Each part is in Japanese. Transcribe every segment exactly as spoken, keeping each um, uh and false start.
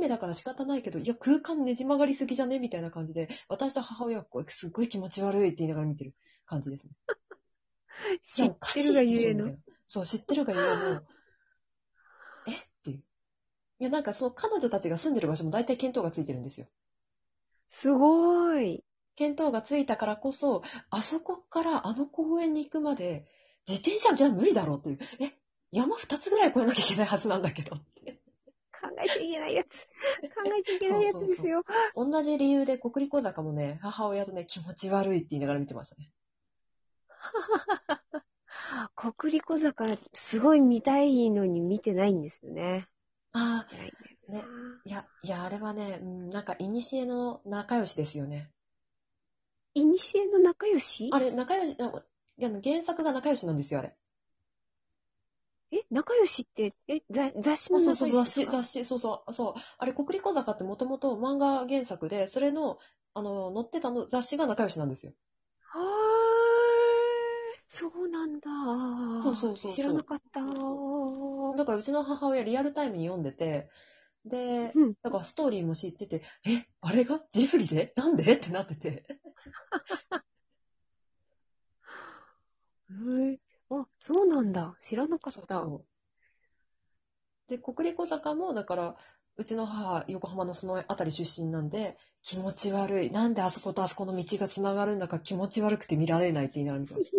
メだから仕方ないけど、いや、空間ねじ曲がりすぎじゃねみたいな感じで、私と母親はこうすっごい気持ち悪いって言いながら見てる感じですね。いや、 知っおかてるがしいでしょ、 ゆえの。 みたいな。そう、知ってるがゆえの、えっていう。いや、なんかそう、彼女たちが住んでる場所も大体見当がついてるんですよ。 すごい。 見当がついたからこそ、あそこからあの公園に行くまで、自転車じゃ無理だろうっていう。え、山二つぐらい越えなきゃいけないはずなんだけどって。 考えちゃいけないやつ。考えちゃいけなそいやつうそうそう。 ですよ。 同じ理由で国立小坂もね、母親とね、気持ち悪いって言いながら見てましたね。 国立小坂、すごい見たいのに見てないんですよね。 あ見てないんだよあ、ね。いや、いや、あれはね、うん、なんか、いにしえの仲良しですよね。 な。いにしえの仲良し。 あれ、仲良し、ああの原作が仲良しなんですよ、あれ。 え、仲良しって、え、雑雑誌あ、 のそうそう、雑誌、 仲良しですか？ 雑誌、そうそう、そう。あれ、国立小坂ってもともと漫画原作で、それの、あの、載ってたの雑誌が仲良しなんですよ。 はーい。そうなんだ。 そうそうそうそ知らなかった。うう。だから、うちの母親リアルタイムに読んでて、で、 ん。 だからストーリーも知ってて、え、あれがジブリでなんでってなってて。 へえ。あ、そうなんだ。知らなかった。 そうそう。で、国立小坂も、だから、うちの母、横浜のその辺り出身なんで、気持ち悪い。なんであそことあそこの道がつながるんだか気持ち悪くて見られないって言いながら見てました。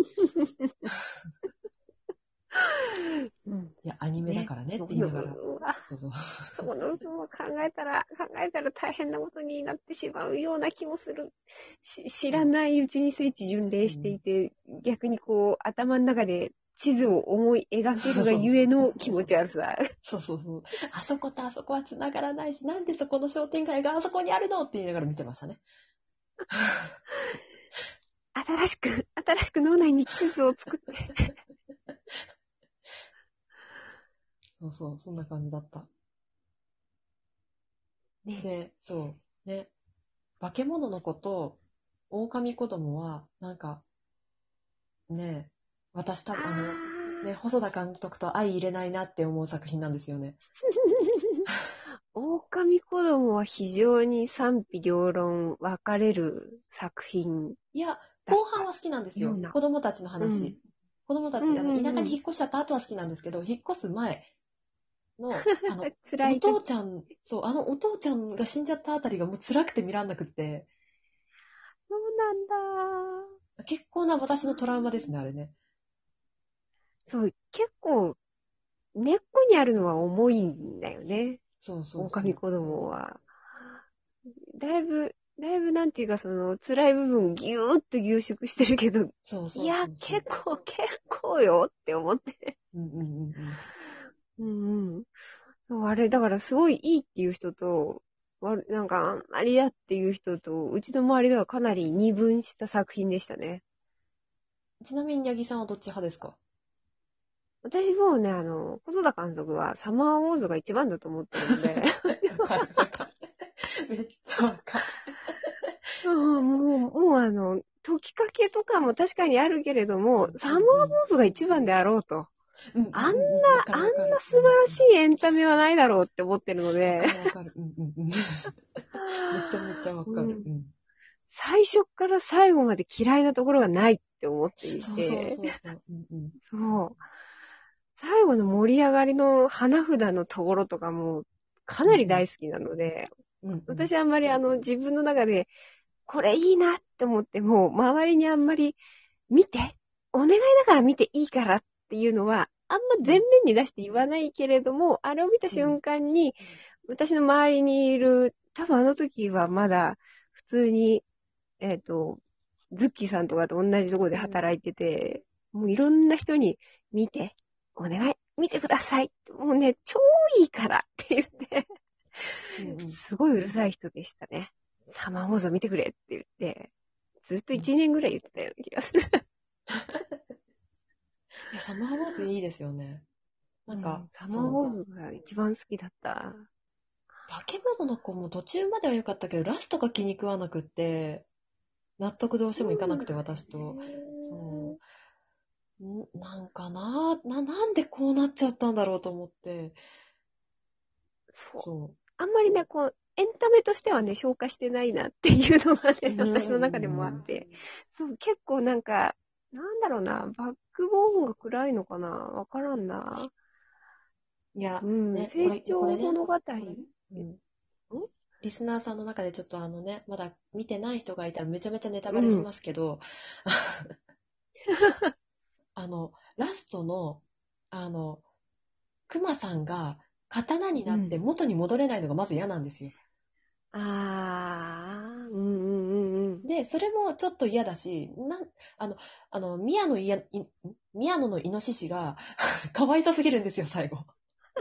うん。 いや、アニメだね。 からねってそこの、 言いながら。 うわ、 そうそう。 そこの部分は考えたら、考えたら大変なことになってしまうような気もする。し知らそう。 ないうちに聖地巡礼してうん。 いて、逆にこう、頭の中で地図を思い描けるがそうそうゆえの気そうそうそう。 持ち悪さ。 そうそうそう。あそことあそこは繋がらないし、なんでそこの商店街があそこにあるのって言いながら見てましたね。 新しく、新しく脳内に地図を作って。 そうそう、そんな感じだった。 ね。 で、そう。ね。化け物の子と狼子供は、なんか、ね、私多あ分、あの、ね、 ー。 細田監督と相入れないなって思う作品なんですよね。 狼子供は非常に賛否両論分かれる作品いや、 だった後半は好きなんですよ。 ような。 子供たちのうん。 話。子供たうんち、あの、田舎うんうん。 に引っ越しちゃった後は好きなんですけど、引っ越す前の、あの、お辛い時。 父ちゃん、そう、あのお父ちゃんが死んじゃったあたりがもう辛くて見らんなくって、 そうなんだ。 結構な私うのトラウマですん。 ね、あれね。 そう、結構、根っこにあるのは重いんだよね。 そうそうそう。 狼子供は。だいぶ、だいぶなんていうかその辛い部分ギューッと凝縮してるけど、 そうそうそいや、 うそう。 結構、結構よって思って。 うんうんうんうん。 うんうん。そう、あれ、だからすごいいいっていう人と、わなんかあんまりだっていう人と、うちの周りではかなり二分した作品でしたね。 ちなみに、八木さんはどっち派ですか？ 私もうね、あの、細田監督はサマーウォーズが一番だと思ってるので、 わかるわかる。めっちゃわかる。 うんもう、もうあの、解きかけとかも確かにあるけれども、 うんサマーウォうんーズが一番であろうと。 うん。うんうんあんな、 うんうん。わかあんなるわかる。 素晴うんうん。 らしいエンタメはないだろうって思ってるのわで、 かるわかる。うんうんうん。めちゃめちゃわかる。 うん、 うん。 最初から最後まで嫌いなところがないって思っていそうそうて、 そうそう。うんうん。 そう。最後の盛り上がりの花札のところとかもかなりうん大好きなので、 うん。うんうん。 私あんまりあの自分の中でこれいいなって思っても、周りにあんまり見て、お願いだから見ていいからっていうのは、あんま前面に出して言わないけれども、あれを見たうん。 瞬間に、私の周りにいる、多分あの時はまだ普通に、えっと、ズッキーさんとかと同じところでうん。 働いてて、もういろんな人に見て、お願い、見てください。もうね、超いいからって言って、 うんうん。 すごいうるさい人でしたね。サマーウォーズを見てくれって言って、ずっとうん。 一年ぐらい言ってたような気がする。 いや、サマーウォーズいいですよね。なんか、 うん、サマーそう。 ウォーズが一番好きだった。 化け物の子も途中までは良かったけど、ラストが気に食わなくって、納得どうしてもいかなくて、 そうだ私と。そね。 う。んなんかな、な、なんでこうなっちゃったんだろうと思って。 そう。 そう。 あんまりね、こう、エンタメとしてはね、消化してないなっていうのがね、 うん私の中でもあって。そう、結構なんか、なんだろうな、バックボーンが暗いのかなわからんな。 いや、 うん、 ね、こ成れ、これね、 長物語。んうん、リスナーさんの中でちょっとあのね、まだ見てない人がいたらめちゃめちゃネタバレしうん。 ますけど、あの、ラストの、あの、クマさんが刀になってうん。 元に戻れないのがまず嫌なんですよ。 あー、うんうんうんうん。 で、それもちょっと嫌だし、なん、あの、あの、宮野いや、い宮野のイノシシがかわいさすぎるんですよ、最後。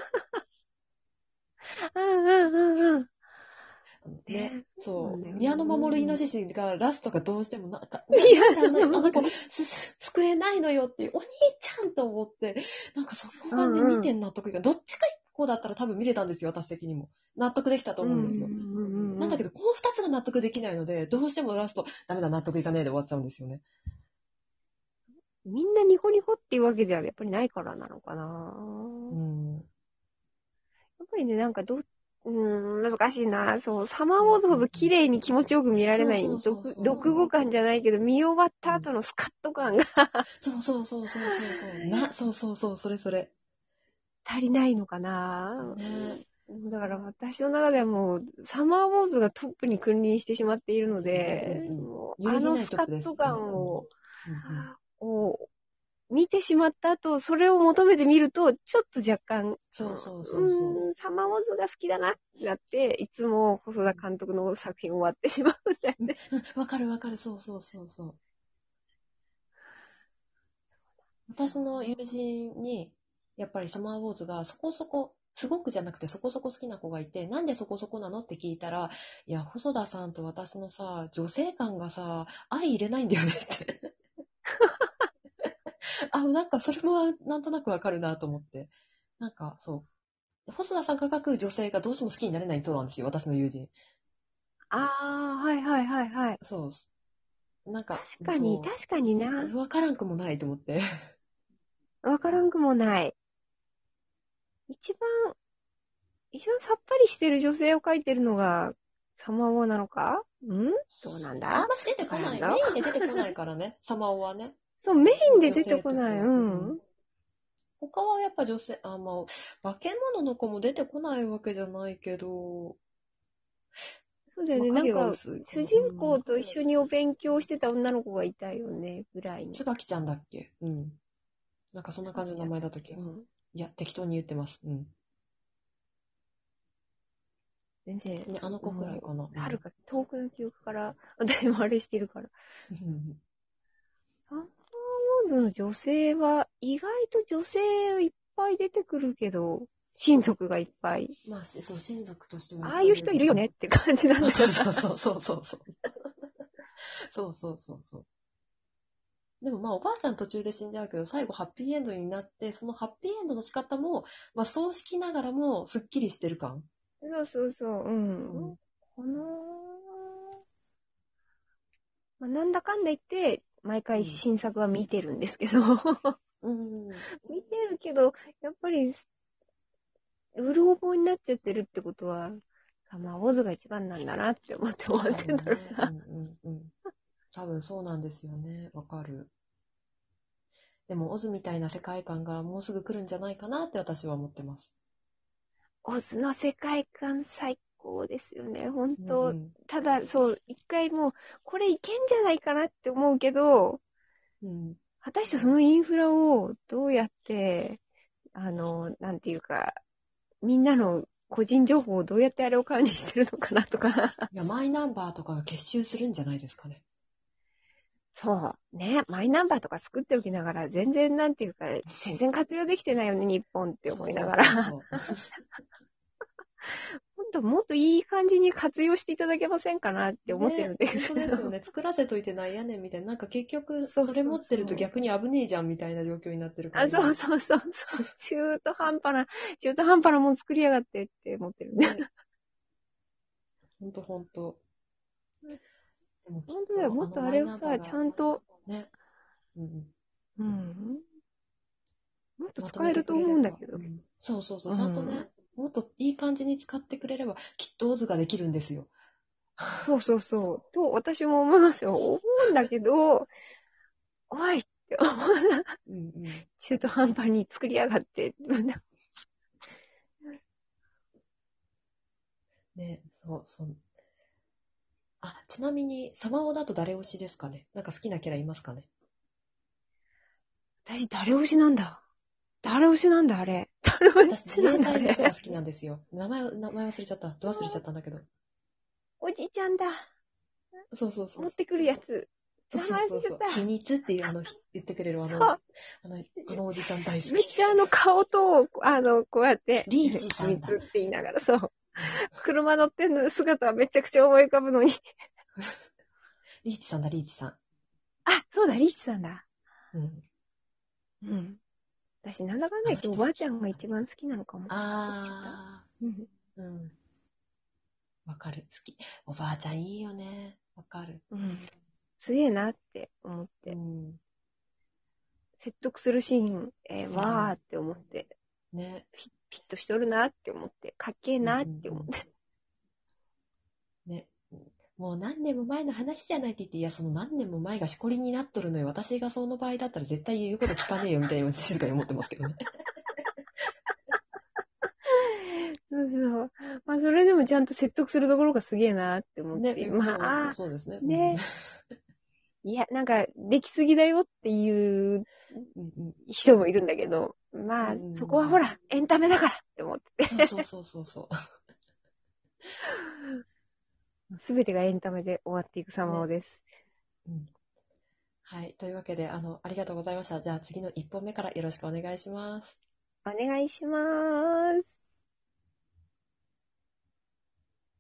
うんうんうんうん。 ね、 ね、そうなそう。 んだよね。 宮野真守イノうん。 シシがラストがどうしてもなんか、な、 いや、 なんであんな、あの子、 うんす、す救えないのよっていう、お兄ちゃんと思って、なんかそこうがね、見ん。 てん納得いかどっちか一個だったら多分見れたんですよ、私的にも。納得できたとうんうん思うんですよ。 うんうん。 なんだけど、この二つが納得できないので、どうしてもラスト、ダメだ、納得いかねえで終わっちゃうんですよね。 みんなニコニコっていうわけではやっぱりないからなのかな。 うん。 やっぱりね、なんかど、うーん、難しいな。そう、サマーウォーズほうんうんうん。 ど綺麗に気持ちよく見られない、 そうそうそう読、 そうそう。 読後感じゃないけど、見終わっうん。 た後のスカッと感がそうそうそうそうそうそう。な、そうそうそう、それそれ。 足りないのかな。 ね。 だから私の中ではもう、サマーウォーズがトップに君臨してしまっているので、 うんうん。 もう揺るぎあのスないトップでカッとすね。うん。 感を、 うんうん。 を見てしまった後、それを求めてみると、ちょっと若干、 そうそうそうそう。 うーん、サマーウォーズが好きだなってなって、いつも細田監督の作品終わってしまうんだようんね。 うん、わかるわかる、そうそうそうそう。私の友人に、やっぱりサマーウォーズがそこそこ、すごくじゃなくてそこそこ好きな子がいて、なんでそこそこなのって聞いたら、いや、細田さんと私のさ、女性感がさ、相入れないんだよねって。あ、なんかそれもなんとなくわかるなと思って。なんかそう。細田さんが描く女性がどうしても好きになれない人なんですよ、私の友人。 ああ、はいはいはいはい。 そう。なんか、 確かに、 そ確かにう、 な。 わからんくもないと思って。 わからんくもない。一番、一番さっぱりしてる女性を描いてるのが、サマーウォーなのかんどうなんだあんまし出てこない。 わからんぞ。 メインで出てこないからね、サマオはね。 そう、メインで女出てこない。 性としては。 ううん。 ん。 他はやっぱ女性、あ、まあ、化け物の子も出てこないわけじゃないけど、まあ、 そうだよね。なん影はか、 薄いかな。う主人公ん。 と一緒にお勉強してた女の子がいたよね、ぐらいの。 椿ちゃんだっけ？うん。なんかそんな感じの名前だった気がする。 うん。 いや、適当に言ってます。うん。 全然、 ね、あの子くらいもかな。 う、はうん。 るか遠くの記憶から、私もあれしてるから。サマーウォーズの女性は、意外と女性いっぱい出てくるけど、親族がいっぱい。 まあ、しそう、親族としてはいっああいうぱい出てくる。 人いるよねって感じなんあ、そうだよな。 そうそうそうそうそう。そうそうそうそう。でもまあおばあちゃん途中で死んじゃうけど、最後ハッピーエンドになって、そのハッピーエンドの仕方も、まあ葬式ながらもすっきりしてる感。 そうそうそう、うん。 うん。 この、まあ、なんだかんだ言って、毎回うん。 新作は見てるんですけど、 うん。 見てるけど、やっぱり、うる覚えになっちゃってるってことは、サマーウォーズが一番なんだなって思って終わ多ってんだろ分ね。 うな。 うんうんうん。多分そうなんですよね。わかる。でもオズみたいな世界観がもうすぐ来るんじゃないかなって私は思ってます。 オズの世界観最高ですよね、本うんう当。 ん。 ただ、そう、一回もう、これいけんじゃないかなって思うけど、 うん。 果たしてそのインフラをどうやって、あの、なんていうか、みんなの個人情報をどうやってあれを管理してるのかなとか。 いや、マイナンバーとかが結集するんじゃないですかね。 そう。ね。マイナンバーとか作っておきながら、全然なんていうか、全然活用できてないよね、日本って思いなそうそうがら。 そうそう。 本当もっといい感じに活用していただけませんかなって思ってるね、 んで本すけど。 当ですよね。作らせといてなんやねんみたいな。なんか結局、 そうそれそうそ持ってるとう。 逆に危ねえじゃんみたいな状況になってるかあ、 ら今。 そうそうそうそう。中途半端な、中途半端なもん作りやがってって思ってるんで。 ね、ほんとほんと。でもきっ本当だよ。 と、 もっとああのマイれをさ、ちナンバーが、 ゃんと、 ね、うん、 うん。もっとまとめて使えるとくれれば。 思うんだけど。 うん、そうそうそう、 うちゃんとね、 ん。 もっといい感じに使ってくれれば、きっとオズができるんですよ。 そうそうそう。と、私も思いますよ。思うんだけど、おいって思う。 うんうん。 中途半端に作りやがって。 ね、そうそう。あ、ちなみに、サマオだと誰推しですかね？なんか好きなキャラいますかね？ 私、誰推しなんだ誰推しなんだあれ。誰推私、 しなんだあ自衛隊の人がれ。 好きなんですよ。名前、名前忘れちゃった。ど忘れちゃったんだけど。 おじいちゃんだ。 そうそうそう。 持ってくるやつ。 そう名前忘そうそうそう。 れちゃった。 秘密っていう、あの、言ってくれるあの、 そう。 あの、あのおじちゃん大好めっき。 ちゃあの顔と、あの、こうやって、 リーチ秘さんだ。 密って言いながら、そう。 うん、 車乗ってんの姿はめちゃくちゃ思い浮かぶのに。 リーチさんだ、リーチさん。 あ、そうだ、リッチさんだ。 うん。 うん。私、なんだかんだあ言っておばあの人好き。 ちゃんが一番好きなのかも。 あうん。 ー、うん。わかる。好き。おばあちゃんいいよね。わかる。 うん。すげえなって思っうて。 ん。 説得するシーン、えー、 うん。 わーって思って。 ね。 ピッ、ピッとしとるなって思って。かっけえうんうんなって思って。 うん。ね。もう何年も前の話じゃないって言って、いや、その何年も前がしこりになっとるのよ。私がその場合だったら絶対言うこと聞かねえよ、みたいな静かに思ってますけどね。 そうそう。まあ、それでもちゃんと説得するところがすげえなって思っね、 て。 そう、そう、 まあ、 そうですね。うん。 ね。いや、なんか、できすぎだよっていううんうん。 人もいるんだけど、まあ、 うんうんそこはうん。 ほら、エンタメだからって思ってそうそうそうそうそう。 て。すべてがエンタメで終わっていく様ね。 です。 うん。はい。というわけで、あの、ありがとうございました。じゃあ次のいっぽんめからよろしくお願いします。 お願いします。